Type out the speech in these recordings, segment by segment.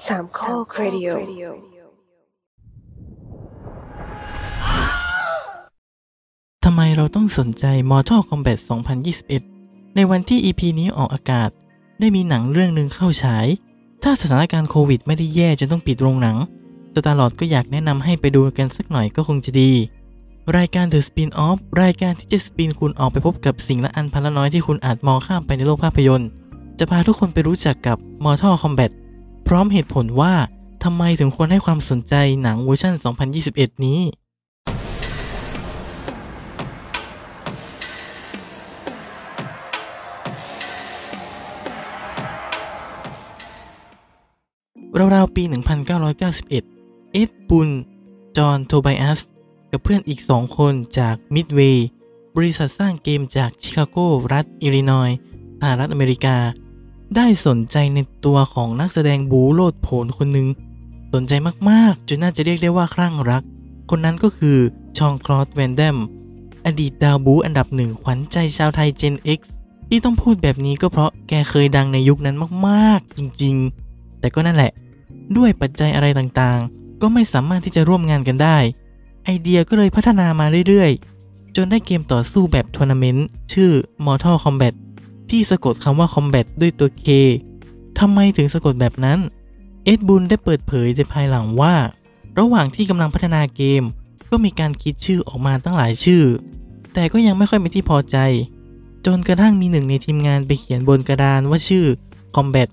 สามข้อครดิโอทำไมเราต้องสนใจ Mortal Kombat 2021 ในวันที่ EP นี้ออกอากาศได้มีหนังเรื่องนึงเข้าฉายถ้าสถานการณ์โควิดไม่ได้แย่จนต้องปิดโรงหนังสตาร์ลอร์ดก็อยากแนะนำให้ไปดูกันสักหน่อยก็คงจะดีรายการ The Spin-Off รายการที่จะสปินคุณออกไปพบกับสิ่งละอันพันละน้อยที่คุณอาจมองข้ามไปในโลกภาพยนตร์จะพาทุกคนไปรู้จักกับ Mortal Kombat พร้อมเหตุผลว่าทำไมถึงควรให้ความสนใจหนังเวอร์ชัน2021 นี้ราวๆปี 1991 เอ็ด บุน จอห์น โทไบอัสกับเพื่อนอีก2 คนจาก Midway บริษัทสร้างเกมจากชิคาโกรัฐอิลลินอยส์สหรัฐอเมริกาได้สนใจในตัวของนักแสดงบู๊โลดโผนคนหนึ่งสนใจมากๆจนน่าจะเรียกได้ว่าคลั่งรักคนนั้นก็คือชองคลอด แวนแดมอดีตดาวบู๊อันดับ1ขวัญใจชาวไทย Gen X ที่ต้องพูดแบบนี้ก็เพราะแกเคยดังในยุคนั้นมากๆจริงๆแต่ก็นั่นแหละด้วยปัจจัยอะไรต่างๆก็ไม่สามารถที่จะร่วมงานกันได้ไอเดียก็เลยพัฒนามาเรื่อยๆจนได้เกมต่อสู้แบบทัวร์นาเมนต์ชื่อ Mortal Kombat ที่สะกดคำว่า Combat ด้วยตัว K ทำไมถึงสะกดแบบนั้นเอ็ด บุนได้เปิดเผยในภายหลังว่าระหว่างที่กำลังพัฒนาเกมก็มีการคิดชื่อออกมาตั้งหลายชื่อแต่ก็ยังไม่ค่อยเป็นที่พอใจจนกระทั่งมีหนึ่งในทีมงานไปเขียนบนกระดานว่าชื่อ Combat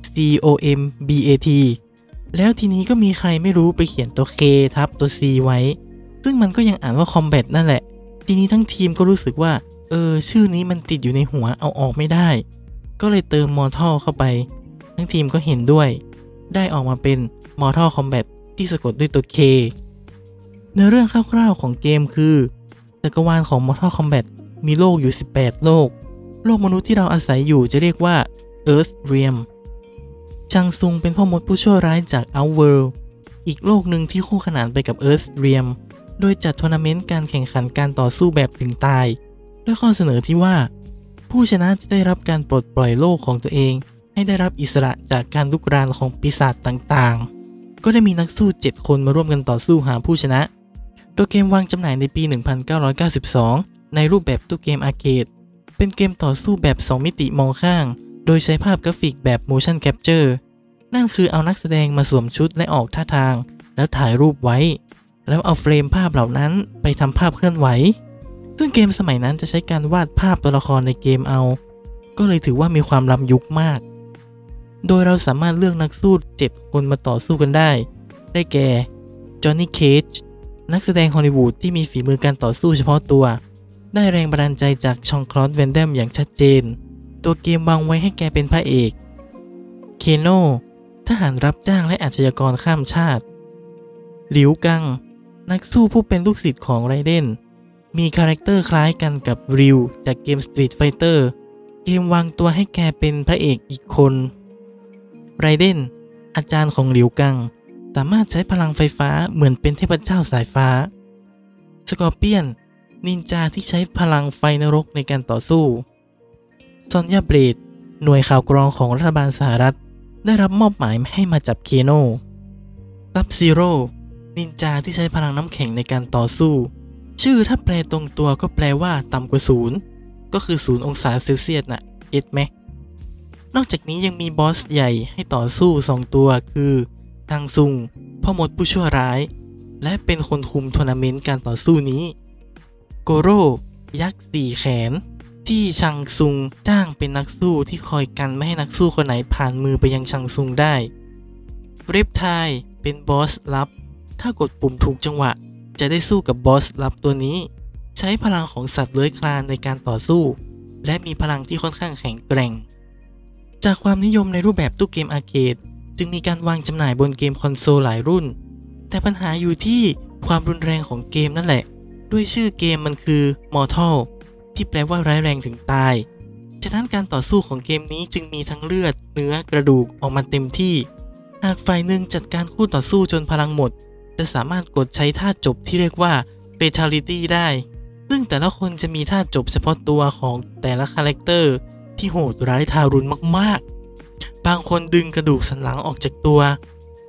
COMBAT แล้วทีนี้ก็มีใครไม่รู้ไปเขียนตัว K ทับตัว C ไว้ซึ่งมันก็ยังอ่านว่า Combat นั่นแหละทีนี้ทั้งทีมก็รู้สึกว่าชื่อนี้มันติดอยู่ในหัวเอาออกไม่ได้ก็เลยเติม Mortal เข้าไปทั้งทีมก็เห็นด้วยได้ออกมาเป็น Mortal Kombat ที่สะกดด้วยตัว K เนื้อเรื่องคร่าวๆของเกมคือจักรวาลของ Mortal Kombat มีโลกอยู่18โลกมนุษย์ที่เราอาศัยอยู่จะเรียกว่า Earth Realmชังซุงเป็นพ่อมดผู้ชั่วร้ายจาก Outworld อีกโลกหนึ่งที่คู่ขนานไปกับ Earth Realm โดยจัดทัวร์นาเมนต์การแข่งขันการต่อสู้แบบถึงตายด้วยข้อเสนอที่ว่าผู้ชนะจะได้รับการปลดปล่อยโลกของตัวเองให้ได้รับอิสระจากการลุกรานของปีศาจต่างๆก็ได้มีนักสู้7 คนมาร่วมกันต่อสู้หาผู้ชนะตัวเกมวางจำหน่ายในปี 1992 ในรูปแบบตู้เกมอาร์เคดเป็นเกมต่อสู้แบบ2 มิติมองข้างโดยใช้ภาพกราฟิกแบบ motion capture นั่นคือเอานักแสดงมาสวมชุดและออกท่าทางแล้วถ่ายรูปไว้แล้วเอาเฟรมภาพเหล่านั้นไปทำภาพเคลื่อนไหวซึ่งเกมสมัยนั้นจะใช้การวาดภาพตัวละครในเกมเอาก็เลยถือว่ามีความล้ำยุคมากโดยเราสามารถเลือกนักสู้7 คนมาต่อสู้กันได้แก่จอห์นนี่ เคจนักแสดงฮอลลีวูดที่มีฝีมือการต่อสู้เฉพาะตัวได้แรงบันดาลใจจากชองคลอด แวนแดมอย่างชัดเจนตัวเกมวางไว้ให้แกเป็นพระเอกเคโนทหารรับจ้างและอาชญากรข้ามชาติหลิวกังนักสู้ผู้เป็นลูกศิษย์ของไรเดนมีคาแรคเตอร์คล้ายกันกับริวจากเกม Street Fighter เกมวางตัวให้แกเป็นพระเอกอีกคนไรเดนอาจารย์ของหลิวกังสามารถใช้พลังไฟฟ้าเหมือนเป็นเทพเจ้าสายฟ้าสกอร์เปียนนินจาที่ใช้พลังไฟนรกในการต่อสู้ซอนยาเบรดหน่วยข่าวกรองของรัฐบาลสหรัฐได้รับมอบหมายให้มาจับเคโนซับซีโร่นินจาที่ใช้พลังน้ำแข็งในการต่อสู้ชื่อถ้าแปลตรงตัวก็แปลว่าต่ำกว่า0ก็คือ0 องศาเซลเซียสน่ะเก็ทไหมนอกจากนี้ยังมีบอสใหญ่ให้ต่อสู้2 ตัวคือทังซุงพ่อมดผู้ชั่วร้ายและเป็นคนคุมทัวร์นาเมนต์การต่อสู้นี้โกโร่ยักษ์4 แขนที่ชังซุงจ้างเป็นนักสู้ที่คอยกันไม่ให้นักสู้คนไหนผ่านมือไปยังชังซุงได้เรปไทล์เป็นบอสลับถ้ากดปุ่มถูกจังหวะจะได้สู้กับบอสลับตัวนี้ใช้พลังของสัตว์เลื้อยคลานในการต่อสู้และมีพลังที่ค่อนข้างแข็งแกร่งจากความนิยมในรูปแบบตู้เกมอาร์เคดจึงมีการวางจำหน่ายบนเกมคอนโซลหลายรุ่นแต่ปัญหาอยู่ที่ความรุนแรงของเกมนั่นแหละด้วยชื่อเกมมันคือ Mortalที่แปลว่าร้ายแรงถึงตายฉะนั้นการต่อสู้ของเกมนี้จึงมีทั้งเลือดเนื้อกระดูกออกมาเต็มที่หากฝ่ายหนึ่งจัดการคู่ต่อสู้จนพลังหมดจะสามารถกดใช้ท่าจบที่เรียกว่า Fatality ได้ซึ่งแต่ละคนจะมีท่าจบเฉพาะตัวของแต่ละคาแรคเตอร์ที่โหดร้ายทารุณมากๆบางคนดึงกระดูกสันหลังออกจากตัว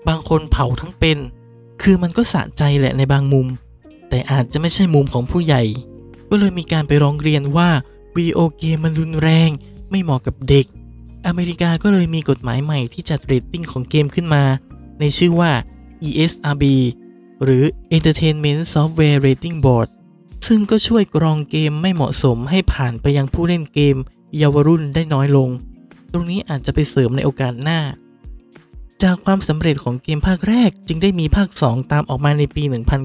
บางคนเผาทั้งเป็นคือมันก็สะใจแหละในบางมุมแต่อาจจะไม่ใช่มุมของผู้ใหญ่ก็เลยมีการไปร้องเรียนว่าวิดีโอเกมมันรุนแรงไม่เหมาะกับเด็กอเมริกาก็เลยมีกฎหมายใหม่ที่จัดเรตติ้งของเกมขึ้นมาในชื่อว่า ESRB หรือ Entertainment Software Rating Board ซึ่งก็ช่วยกรองเกมไม่เหมาะสมให้ผ่านไปยังผู้เล่นเกมเยาวรุ่นได้น้อยลงตรงนี้อาจจะไปเสริมในโอกาสหน้าจากความสำเร็จของเกมภาคแรกจึงได้มีภาค 2 ตามออกมาในปี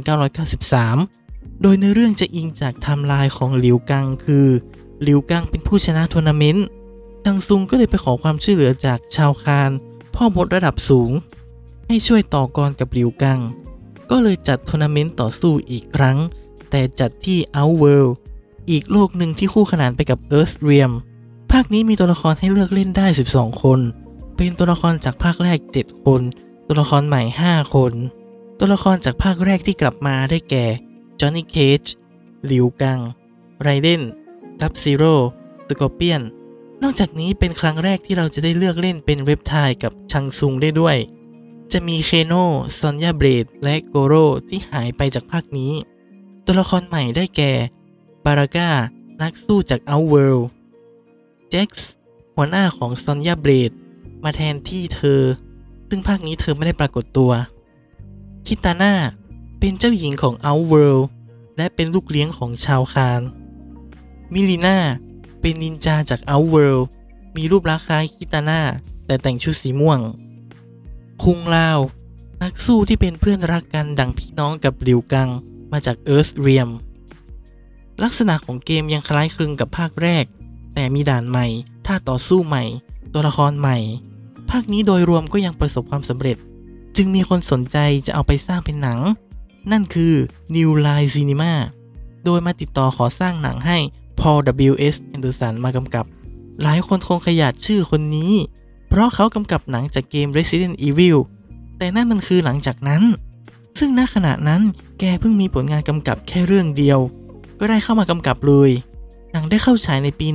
1993 โดยในเรื่องจะอิงจากไทม์ไลน์ของหลิวกังคือหลิวกังเป็นผู้ชนะทัวร์นาเมนต์ทังซุงก็เลยไปขอความช่วยเหลือจากชาวคานพ่อมดระดับสูงให้ช่วยต่อกรกับหลิวกังก็เลยจัดทัวร์นาเมนต์ต่อสู้อีกครั้งแต่จัดที่ Outworld อีกโลกหนึ่งที่คู่ขนานไปกับ Earthrealm ภาคนี้มีตัวละครให้เลือกเล่นได้12คนเป็นตัวละครจากภาคแรก7คนตัวละครใหม่5คนตัวละครจากภาคแรกที่กลับมาได้แก่จอห์นนี่เคจหลิวกังไรเดนซับซีโร่สกอร์เปียนนอกจากนี้เป็นครั้งแรกที่เราจะได้เลือกเล่นเป็นเว็บไทยกับชังซุงได้ด้วยจะมีเคโนซอนยาเบรดและโกโร่ที่หายไปจากภาคนี้ตัวละครใหม่ได้แก่บาราก้านักสู้จาก Outworld เจ็กซ์หัวหน้าของซอนยาเบรดมาแทนที่เธอซึ่งภาคนี้เธอไม่ได้ปรากฏตัวคิตาน่าเป็นเจ้าหญิงของ Outworld และเป็นลูกเลี้ยงของชาวคานมิลิน่าเป็นนินจาจาก Outworld มีรูปลักษณ์คล้ายคิตาน่าแต่แต่งชุดสีม่วงคุงลาวนักสู้ที่เป็นเพื่อนรักกันดังพี่น้องกับหลิวกังมาจาก Earthrealm ลักษณะของเกมยังคล้ายคลึงกับภาคแรกแต่มีด่านใหม่ท่าต่อสู้ใหม่ตัวละครใหม่ภาคนี้โดยรวมก็ยังประสบความสำเร็จจึงมีคนสนใจจะเอาไปสร้างเป็นหนังนั่นคือ New Line Cinema โดยมาติดต่อขอสร้างหนังให้ Paul W.S. Anderson มากำกับหลายคนคงขยาดชื่อคนนี้เพราะเขากำกับหนังจากเกม Resident Evil แต่นั่นมันคือหลังจากนั้นซึ่งณขณะนั้นแกเพิ่งมีผลงานกำกับแค่เรื่องเดียวก็ได้เข้ามากำกับเลยหนังได้เข้าฉายในปี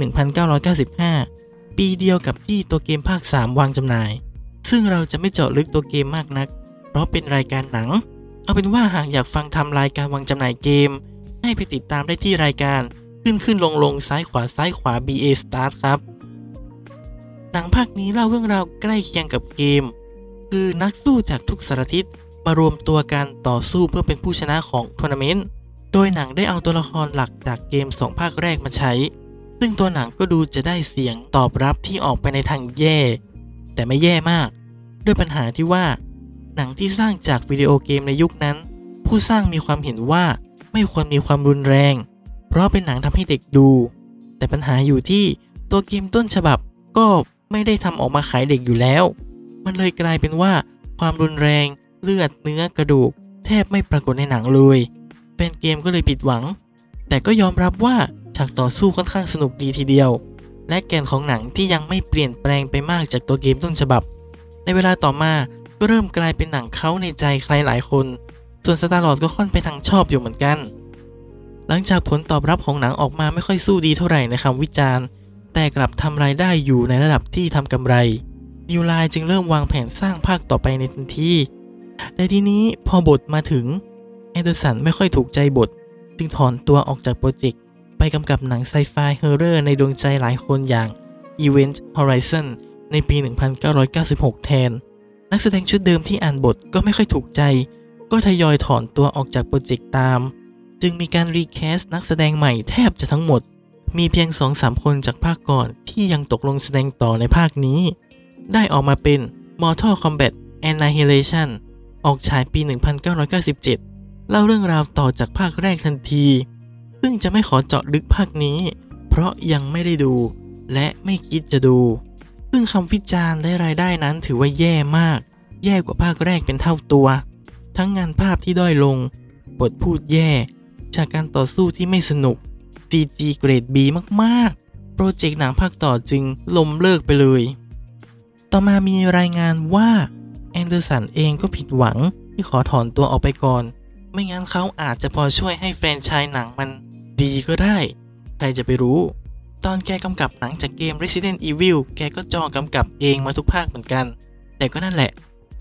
1995 ปีเดียวกับที่ตัวเกมภาค 3 วางจำหน่ายซึ่งเราจะไม่เจาะลึกตัวเกมมากนักเพราะเป็นรายการหนังเอาเป็นว่าหากอยากฟังทำรายการวางจำหน่ายเกมให้ไปติดตามได้ที่รายการขึ้นลงซ้ายขวา BA Start ครับหนังภาคนี้เล่าเรื่องราวใกล้เคียงกับเกมคือนักสู้จากทุกสารทิศมารวมตัวกันต่อสู้เพื่อเป็นผู้ชนะของทัวร์นาเมนต์โดยหนังได้เอาตัวละครหลักจากเกม2ภาคแรกมาใช้ซึ่งตัวหนังก็ดูจะได้เสียงตอบรับที่ออกไปในทางแย่แต่ไม่แย่มากด้วยปัญหาที่ว่าหนังที่สร้างจากวิดีโอเกมในยุคนั้นผู้สร้างมีความเห็นว่าไม่ควรมีความรุนแรงเพราะเป็นหนังทำให้เด็กดูแต่ปัญหาอยู่ที่ตัวเกมต้นฉบับก็ไม่ได้ทำออกมาขายเด็กอยู่แล้วมันเลยกลายเป็นว่าความรุนแรงเลือดเนื้อกระดูกแทบไม่ปรากฏในหนังเลยแฟนเกมก็เลยผิดหวังแต่ก็ยอมรับว่าฉากต่อสู้ค่อนข้างสนุกดีทีเดียวและแกนของหนังที่ยังไม่เปลี่ยนแปลงไปมากจากตัวเกมต้นฉบับในเวลาต่อมาก็เริ่มกลายเป็นหนังเขาในใจใครหลายคนส่วนสตาร์ลอร์ดก็ค่อนไปทางชอบอยู่เหมือนกันหลังจากผลตอบรับของหนังออกมาไม่ค่อยสู้ดีเท่าไหร่ในคำวิจารณ์แต่กลับทำรายได้อยู่ในระดับที่ทำกำไรนิวไลน์จึงเริ่มวางแผนสร้างภาคต่อไปในทันทีแต่ทีนี้พอบทมาถึงแอนเดอร์สันไม่ค่อยถูกใจบทจึงถอนตัวออกจากโปรเจกต์ไปกำกับหนังไซไฟฮอร์เรอร์ในดวงใจหลายคนอย่าง Event Horizon ในปี 1996 แทนนักแสดงชุดเดิมที่อ่านบทก็ไม่ค่อยถูกใจก็ทยอยถอนตัวออกจากโปรเจกต์ตามจึงมีการรีแคสต์นักแสดงใหม่แทบจะทั้งหมดมีเพียง 2-3 คนจากภาคก่อนที่ยังตกลงแสดงต่อในภาคนี้ได้ออกมาเป็น Mortal Kombat Annihilation ออกฉายปี 1997 เล่าเรื่องราวต่อจากภาคแรกทันทีซึ่งจะไม่ขอเจาะลึกภาคนี้เพราะยังไม่ได้ดูและไม่คิดจะดูซึ่งคำวิจารณ์และรายได้นั้นถือว่าแย่มากแย่กว่าภาคแรกเป็นเท่าตัวทั้งงานภาพที่ด้อยลงบทพูดแย่จากการต่อสู้ที่ไม่สนุก CG เกรด B มากๆโปรเจกต์หนังภาคต่อจึงล้มเลิกไปเลยต่อมามีรายงานว่าแอนเดอร์สันเองก็ผิดหวังที่ขอถอนตัวออกไปก่อนไม่งั้นเขาอาจจะพอช่วยให้แฟรนไชส์หนังมันดีก็ได้ใครจะไปรู้ตอนแกกำกับหนังจากเกม Resident Evil แกก็จองกำกับเองมาทุกภาคเหมือนกันแต่ก็นั่นแหละ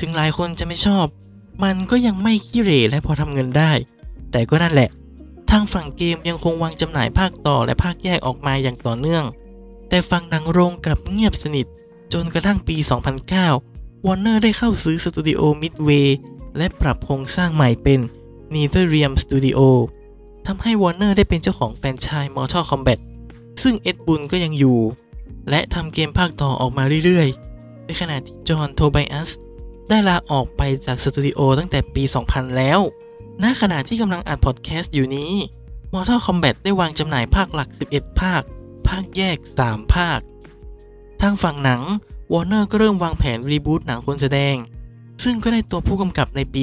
ถึงหลายคนจะไม่ชอบมันก็ยังไม่ขี้เหร่และพอทำเงินได้แต่ก็นั่นแหละทางฝั่งเกมยังคงวางจำหน่ายภาคต่อและภาคแยกออกมาอย่างต่อเนื่องแต่ฝั่งหนังโรงกลับเงียบสนิทจนกระทั่งปี 2009 Warner ได้เข้าซื้อสตูดิโอ Midway และปรับโครงสร้างใหม่เป็น NetherRealm Studio ทำให้ Warner ได้เป็นเจ้าของแฟรนไชส์ Mortal Kombat ซึ่งเอ็ดบุนก็ยังอยู่และทำเกมภาคต่อออกมาเรื่อยๆในขณะที่จอห์น โทไบอัสได้ลาออกไปจากสตูดิโอตั้งแต่ปี 2000 แล้วณขณะที่กำลังอัดพอดแคสต์อยู่นี้ Mortal Kombat ได้วางจำหน่ายภาคหลัก 11 ภาค ภาคแยก 3 ภาคทางฝั่งหนัง Warner ก็เริ่มวางแผนรีบูตหนังคนแสดงซึ่งก็ได้ตัวผู้กำกับในปี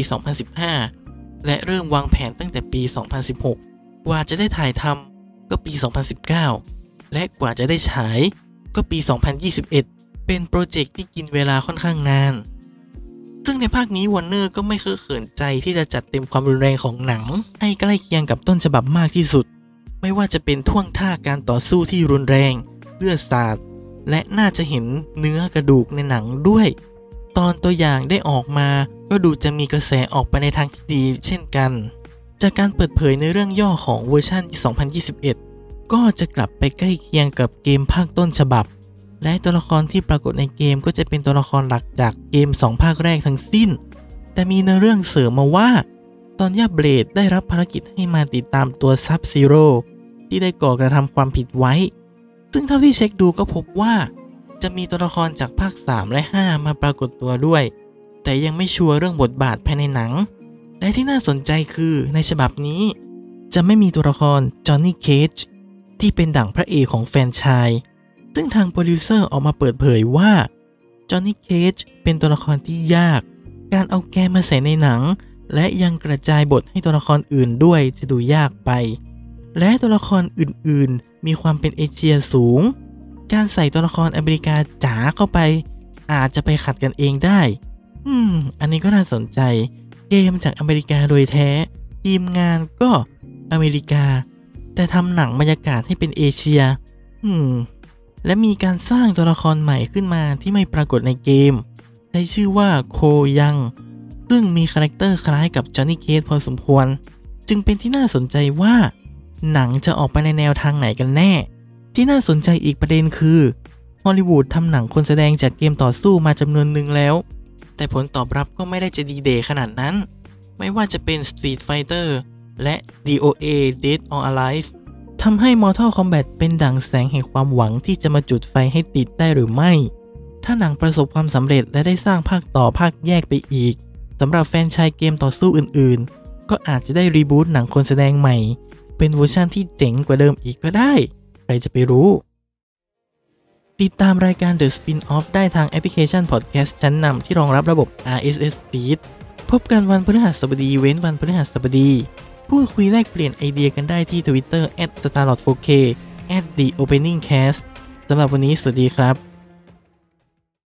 2015 และเริ่มวางแผนตั้งแต่ปี 2016 กว่าจะได้ถ่ายทำก็ปี 2019 และกว่าจะได้ฉายก็ปี 2021 เป็นโปรเจกต์ที่กินเวลาค่อนข้างนานซึ่งในภาคนี้ Warner ก็ไม่เคยเขินใจที่จะจัดเต็มความรุนแรงของหนังให้ใกล้เคียงกับต้นฉบับมากที่สุดไม่ว่าจะเป็นท่วงท่าการต่อสู้ที่รุนแรงเลือดสาดและน่าจะเห็นเนื้อกระดูกในหนังด้วยตอนตัวอย่างได้ออกมาก็ดูจะมีกระแสออกไปในทางที่ดีเช่นกันจากการเปิดเผยในเรื่องย่อของเวอร์ชัน2021 ก็จะกลับไปใกล้เคียงกับเกมภาคต้นฉบับและตัวละครที่ปรากฏในเกมก็จะเป็นตัวละครหลักจากเกม2ภาคแรกทั้งสิ้นแต่มีในเรื่องเสริมมาว่าตอนย่าเบลดได้รับภารกิจให้มาติดตามตัวซับซีโร่ที่ได้ก่อกระทำความผิดไว้ซึ่งเท่าที่เช็คดูก็พบว่าจะมีตัวละครจากภาค3และ5มาปรากฏตัวด้วยแต่ยังไม่ชัวร์เรื่องบทบาทภายในหนังและที่น่าสนใจคือในฉบับนี้จะไม่มีตัวละครจอห์นนี่เคจที่เป็นดั่งพระเอกของแฟรนไชส์ซึ่งทางโปรดิวเซอร์ออกมาเปิดเผยว่าจอห์นนี่เคจเป็นตัวละครที่ยากการเอาแกมาใส่ในหนังและยังกระจายบทให้ตัวละครอื่นด้วยจะดูยากไปและตัวละครอื่นๆมีความเป็นเอเชียสูงการใส่ตัวละครอเมริกาจ๋าเข้าไปอาจจะไปขัดกันเองได้อันนี้ก็น่าสนใจเกมจากอเมริกาโดยแท้ทีมงานก็อเมริกาแต่ทำหนังบรรยากาศให้เป็นเอเชียและมีการสร้างตัวละครใหม่ขึ้นมาที่ไม่ปรากฏในเกมใช้ชื่อว่าโคยังซึ่งมีคาแรคเตอร์คล้ายกับจอห์นนี่เคจพอสมควรจึงเป็นที่น่าสนใจว่าหนังจะออกไปในแนวทางไหนกันแน่ที่น่าสนใจอีกประเด็นคือฮอลลีวูดทำหนังคนแสดงจากเกมต่อสู้มาจำนวนหนึ่งแล้วแต่ผลตอบรับก็ไม่ได้จะดีเดย์ขนาดนั้นไม่ว่าจะเป็น Street Fighter และ DOA Dead or Alive ทำให้ Mortal Kombat เป็นดั่งแสงแห่งความหวังที่จะมาจุดไฟให้ติดได้หรือไม่ถ้าหนังประสบความสำเร็จและได้สร้างภาคต่อภาคแยกไปอีกสำหรับแฟรนไชส์เกมต่อสู้อื่นๆก็อาจจะได้รีบูตหนังคนแสดงใหม่เป็นเวอร์ชันที่เจ๋งกว่าเดิมอีกก็ได้ใครจะไปรู้ติดตามรายการ The Spin-Off ได้ทางแอปพลิเคชันพอดแคสต์ชั้นนำที่รองรับระบบ RSS Feed พบกันวันพฤหัสบดีเว้นวันพฤหัสบดีพูดคุยแลกเปลี่ยนไอเดียกันได้ที่ Twitter @starlord4k @theopeningcast สำหรับวันนี้สวัสดีครับ